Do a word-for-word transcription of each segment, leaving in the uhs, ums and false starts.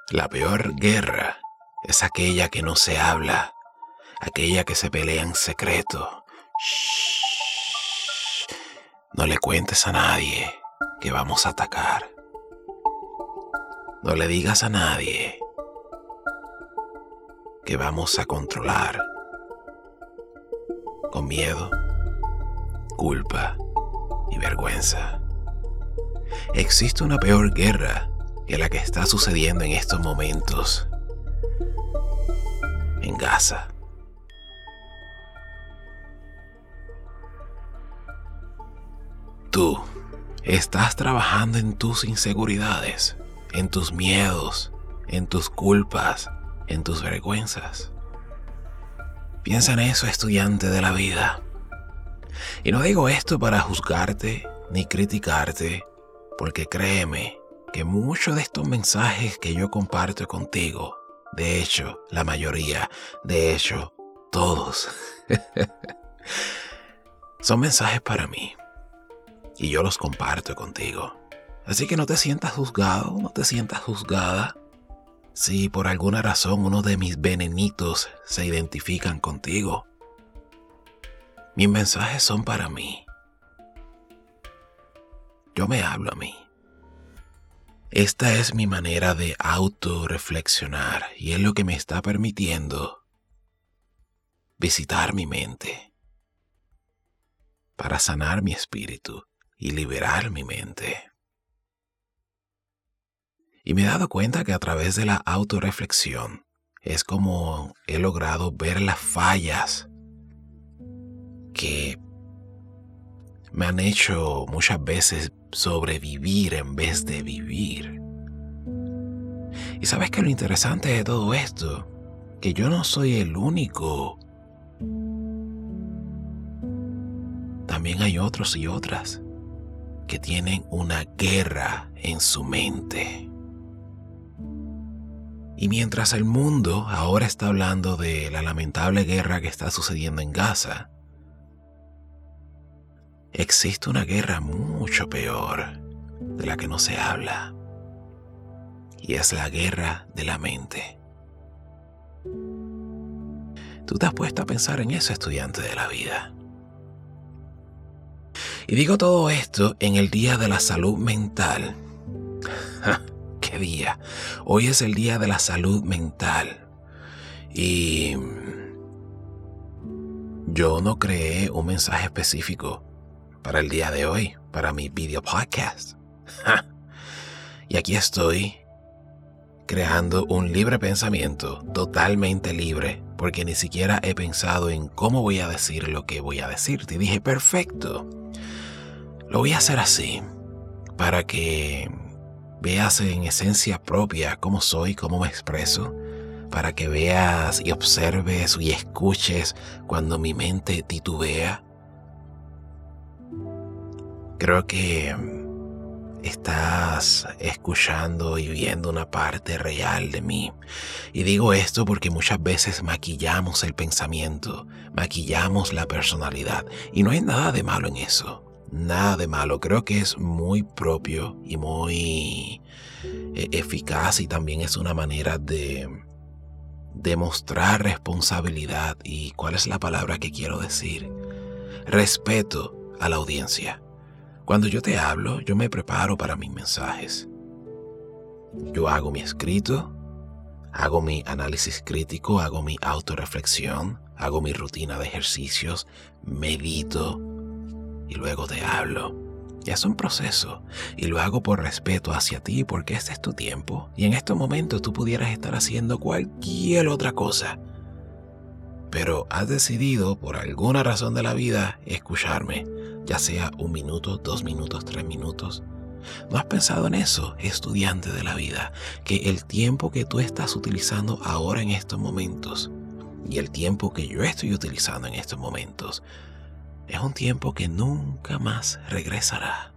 La peor guerra es aquella que no se habla, aquella que se pelea en secreto. Shh. No le cuentes a nadie que vamos a atacar. No le digas a nadie que vamos a controlar. Con miedo, culpa y vergüenza. Existe una peor guerra que la que está sucediendo en estos momentos en Gaza. Tú estás trabajando en tus inseguridades, en tus miedos, en tus culpas, en tus vergüenzas. Piensa en eso, estudiante de la vida. Y no digo esto para juzgarte ni criticarte, porque créeme que muchos de estos mensajes que yo comparto contigo, de hecho, la mayoría, de hecho, todos, son mensajes para mí. Y yo los comparto contigo. Así que no te sientas juzgado, no te sientas juzgada. Si por alguna razón uno de mis venenitos se identifican contigo, mis mensajes son para mí. Yo me hablo a mí. Esta es mi manera de autorreflexionar y es lo que me está permitiendo visitar mi mente para sanar mi espíritu y liberar mi mente. Y me he dado cuenta que a través de la autorreflexión es como he logrado ver las fallas que me han hecho muchas veces sobrevivir en vez de vivir. Y sabes que lo interesante de todo esto, que yo no soy el único. También hay otros y otras que tienen una guerra en su mente. Y mientras el mundo ahora está hablando de la lamentable guerra que está sucediendo en Gaza, existe una guerra mucho peor de la que no se habla. Y es la guerra de la mente. ¿Tú te has puesto a pensar en eso, estudiante de la vida? Y digo todo esto en el Día de la Salud Mental. ¿Qué día? Hoy es el Día de la Salud Mental. Y yo no creé un mensaje específico para el día de hoy, para mi video podcast. Y aquí estoy creando un libre pensamiento, totalmente libre, porque ni siquiera he pensado en cómo voy a decir lo que voy a decirte. Y dije, perfecto, lo voy a hacer así, para que veas en esencia propia cómo soy, cómo me expreso, para que veas y observes y escuches cuando mi mente titubea. Creo que estás escuchando y viendo una parte real de mí. Y digo esto porque muchas veces maquillamos el pensamiento, maquillamos la personalidad. Y no hay nada de malo en eso. Nada de malo. Creo que es muy propio y muy eh, eficaz, y también es una manera de demostrar responsabilidad. ¿Y cuál es la palabra que quiero decir? Respeto a la audiencia. Cuando yo te hablo, yo me preparo para mis mensajes. Yo hago mi escrito, hago mi análisis crítico, hago mi autorreflexión, hago mi rutina de ejercicios, medito y luego te hablo. Y es un proceso, y lo hago por respeto hacia ti, porque este es tu tiempo, y en estos momentos tú pudieras estar haciendo cualquier otra cosa. Pero has decidido, por alguna razón de la vida, escucharme, ya sea un minuto, dos minutos, tres minutos. ¿No has pensado en eso, estudiante de la vida? Que el tiempo que tú estás utilizando ahora en estos momentos y el tiempo que yo estoy utilizando en estos momentos es un tiempo que nunca más regresará.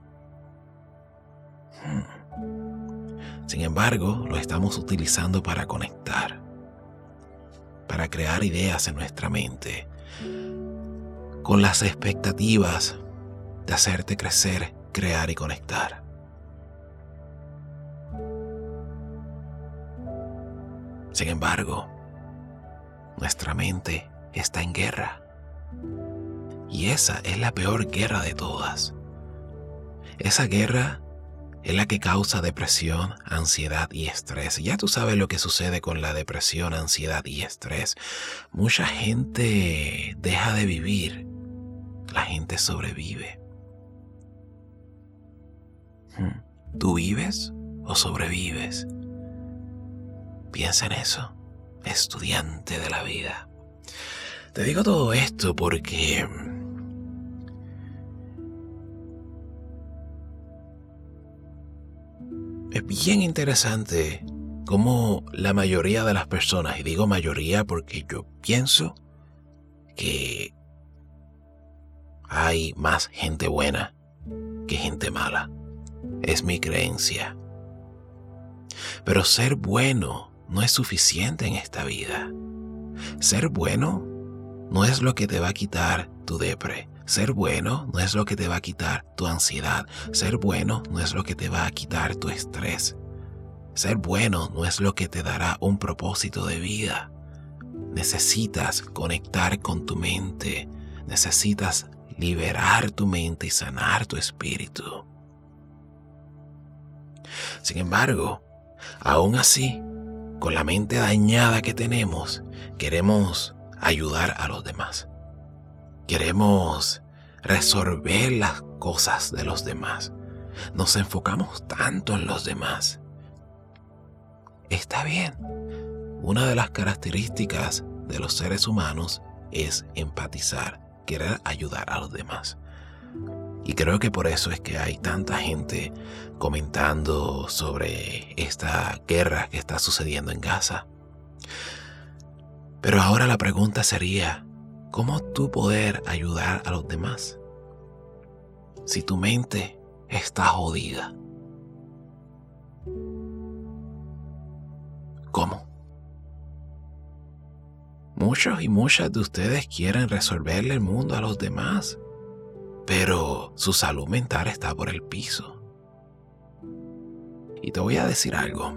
Hmm. Sin embargo, lo estamos utilizando para conectar, para crear ideas en nuestra mente, con las expectativas de hacerte crecer, crear y conectar. Sin embargo, nuestra mente está en guerra. Y esa es la peor guerra de todas. Esa guerra es la que causa depresión, ansiedad y estrés. Ya tú sabes lo que sucede con la depresión, ansiedad y estrés. Mucha gente deja de vivir. La gente sobrevive. ¿Tú vives o sobrevives? Piensa en eso, estudiante de la vida. Te digo todo esto porque es bien interesante cómo la mayoría de las personas, y digo mayoría porque yo pienso que hay más gente buena que gente mala. Es mi creencia. Pero ser bueno no es suficiente en esta vida. Ser bueno no es lo que te va a quitar tu depre. Ser bueno no es lo que te va a quitar tu ansiedad. Ser bueno no es lo que te va a quitar tu estrés. Ser bueno no es lo que te dará un propósito de vida. Necesitas conectar con tu mente. Necesitas liberar tu mente y sanar tu espíritu. Sin embargo, aún así, con la mente dañada que tenemos, queremos ayudar a los demás. Queremos resolver las cosas de los demás. Nos enfocamos tanto en los demás. Está bien. Una de las características de los seres humanos es empatizar, querer ayudar a los demás. Y creo que por eso es que hay tanta gente comentando sobre esta guerra que está sucediendo en Gaza. Pero ahora la pregunta sería, ¿cómo tú poder ayudar a los demás si tu mente está jodida? ¿Cómo? Muchos y muchas de ustedes quieren resolverle el mundo a los demás, pero su salud mental está por el piso. Y te voy a decir algo.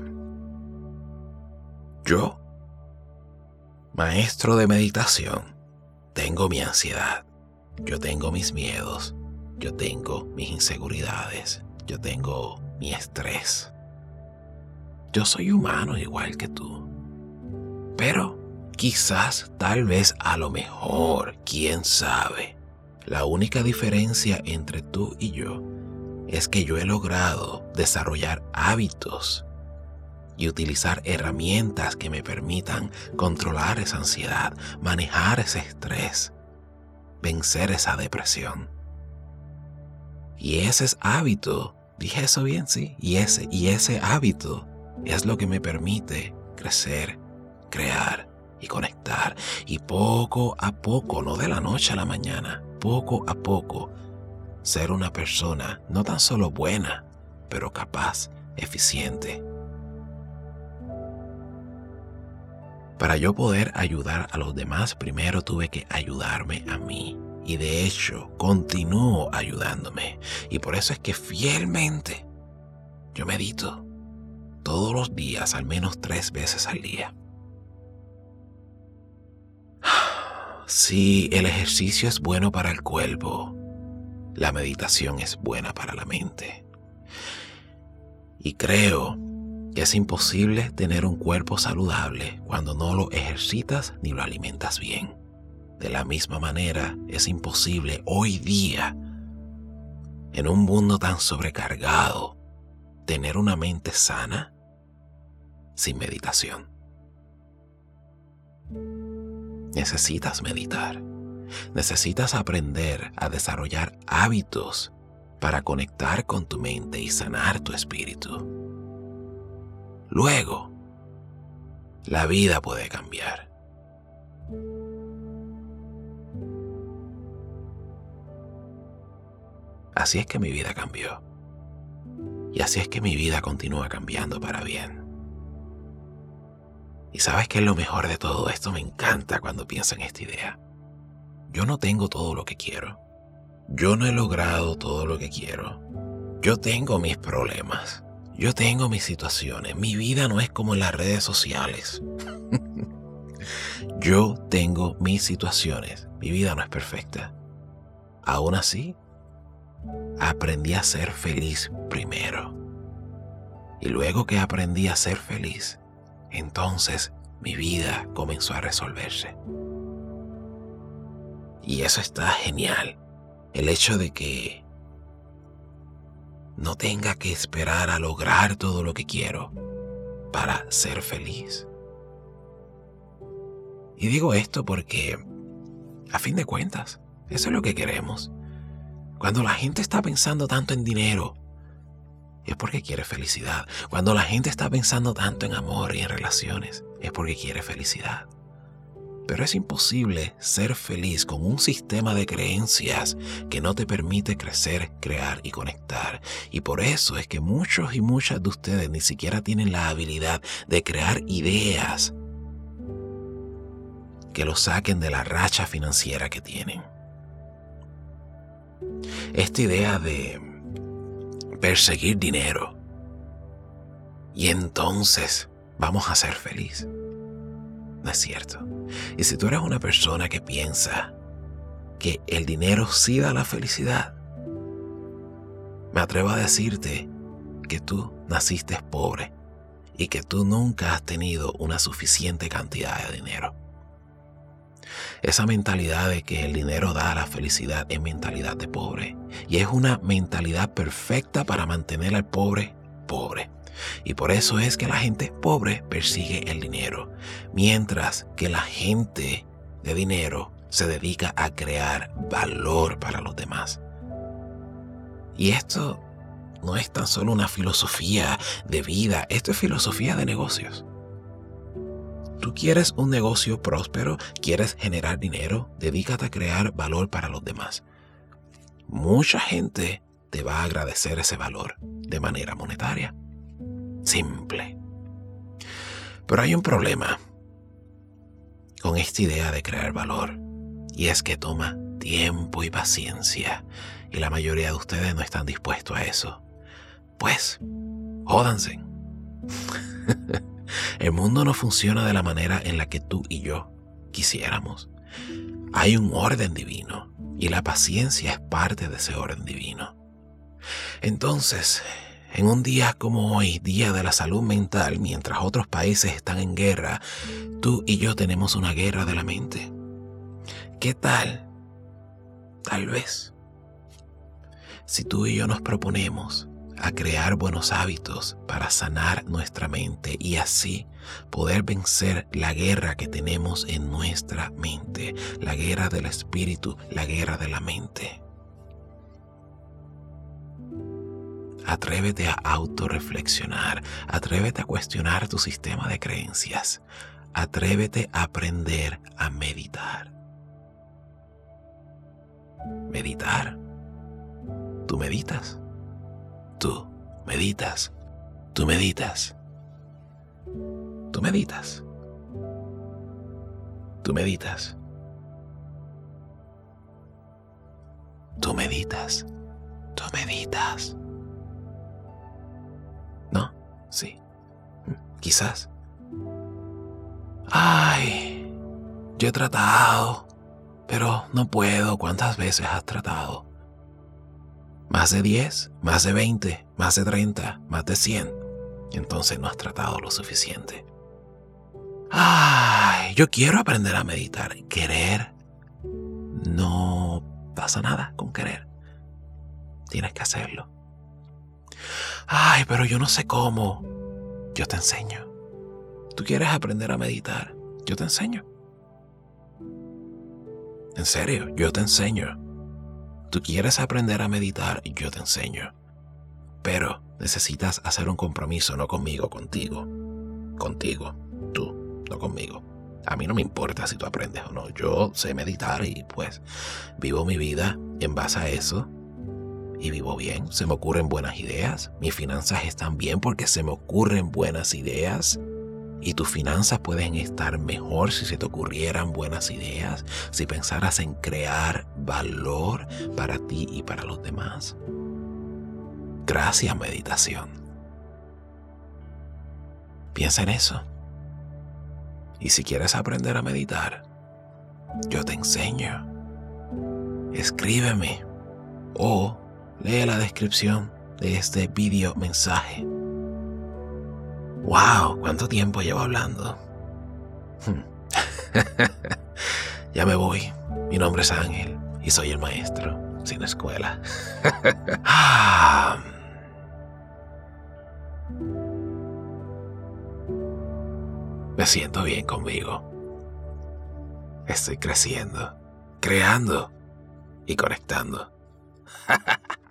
Yo, maestro de meditación, tengo mi ansiedad, yo tengo mis miedos, yo tengo mis inseguridades, yo tengo mi estrés. Yo soy humano igual que tú. Pero quizás, tal vez, a lo mejor, quién sabe, la única diferencia entre tú y yo es que yo he logrado desarrollar hábitos y utilizar herramientas que me permitan controlar esa ansiedad, manejar ese estrés, vencer esa depresión. Y ese es hábito, dije eso bien, sí, y ese, y ese hábito es lo que me permite crecer, crear y conectar. Y poco a poco, no de la noche a la mañana, poco a poco, ser una persona no tan solo buena, pero capaz, eficiente. Para yo poder ayudar a los demás, primero tuve que ayudarme a mí. Y de hecho, continúo ayudándome. Y por eso es que fielmente yo medito todos los días, al menos tres veces al día. Si el ejercicio es bueno para el cuerpo, la meditación es buena para la mente. Y creo que es imposible tener un cuerpo saludable cuando no lo ejercitas ni lo alimentas bien. De la misma manera, es imposible hoy día, en un mundo tan sobrecargado, tener una mente sana sin meditación. Necesitas meditar. Necesitas aprender a desarrollar hábitos para conectar con tu mente y sanar tu espíritu. Luego, la vida puede cambiar. Así es que mi vida cambió. Y así es que mi vida continúa cambiando para bien. ¿Y sabes qué es lo mejor de todo esto? Me encanta cuando pienso en esta idea. Yo no tengo todo lo que quiero. Yo no he logrado todo lo que quiero. Yo tengo mis problemas. Yo tengo mis situaciones. Mi vida no es como en las redes sociales. Yo tengo mis situaciones. Mi vida no es perfecta. Aún así, aprendí a ser feliz primero. Y luego que aprendí a ser feliz, entonces mi vida comenzó a resolverse. Y eso está genial. El hecho de que no tenga que esperar a lograr todo lo que quiero para ser feliz. Y digo esto porque, a fin de cuentas, eso es lo que queremos. Cuando la gente está pensando tanto en dinero, es porque quiere felicidad. Cuando la gente está pensando tanto en amor y en relaciones, es porque quiere felicidad. Pero es imposible ser feliz con un sistema de creencias que no te permite crecer, crear y conectar. Y por eso es que muchos y muchas de ustedes ni siquiera tienen la habilidad de crear ideas que los saquen de la racha financiera que tienen. Esta idea de perseguir dinero y entonces vamos a ser feliz. No es cierto. Y si tú eres una persona que piensa que el dinero sí da la felicidad, me atrevo a decirte que tú naciste pobre y que tú nunca has tenido una suficiente cantidad de dinero. Esa mentalidad de que el dinero da la felicidad es mentalidad de pobre. Y es una mentalidad perfecta para mantener al pobre pobre. Y por eso es que la gente pobre persigue el dinero, mientras que la gente de dinero se dedica a crear valor para los demás. Y esto no es tan solo una filosofía de vida, esto es filosofía de negocios. Tú quieres un negocio próspero, quieres generar dinero, dedícate a crear valor para los demás. Mucha gente te va a agradecer ese valor de manera monetaria. Simple. Pero hay un problema con esta idea de crear valor, y es que toma tiempo y paciencia, y la mayoría de ustedes no están dispuestos a eso. Pues, jódanse. El mundo no funciona de la manera en la que tú y yo quisiéramos. Hay un orden divino, y la paciencia es parte de ese orden divino. Entonces, en un día como hoy, Día de la Salud Mental, mientras otros países están en guerra, tú y yo tenemos una guerra de la mente. ¿Qué tal? Tal vez, si tú y yo nos proponemos a crear buenos hábitos para sanar nuestra mente y así poder vencer la guerra que tenemos en nuestra mente, la guerra del espíritu, la guerra de la mente. Atrévete a autorreflexionar, atrévete a cuestionar tu sistema de creencias, atrévete a aprender a meditar. Meditar. ¿Tú meditas? Tú meditas. Tú meditas. Tú meditas. Tú meditas. Tú meditas. Tú meditas. ¿No? Sí. Quizás. Ay, yo he tratado, pero no puedo. ¿Cuántas veces has tratado? ¿Más de diez? ¿Más de veinte? ¿Más de treinta? ¿Más de cien? Entonces no has tratado lo suficiente. Ay, yo quiero aprender a meditar. Querer. No pasa nada con querer. Tienes que hacerlo. Ay, pero yo no sé cómo. Yo te enseño. ¿Tú quieres aprender a meditar? Yo te enseño. En serio, yo te enseño. ¿Tú quieres aprender a meditar? Yo te enseño. Pero necesitas hacer un compromiso, no conmigo, contigo. Contigo, tú, no conmigo. A mí no me importa si tú aprendes o no. Yo sé meditar y pues vivo mi vida en base a eso. Y vivo bien, se me ocurren buenas ideas. Mis finanzas están bien porque se me ocurren buenas ideas. Y tus finanzas pueden estar mejor si se te ocurrieran buenas ideas, si pensaras en crear valor para ti y para los demás. Gracias, meditación. Piensa en eso. Y si quieres aprender a meditar, yo te enseño. Escríbeme o lee la descripción de este video mensaje. ¡Wow! ¿Cuánto tiempo llevo hablando? Ya me voy. Mi nombre es Ángel y soy el maestro sin escuela. Me siento bien conmigo. Estoy creciendo, creando y conectando.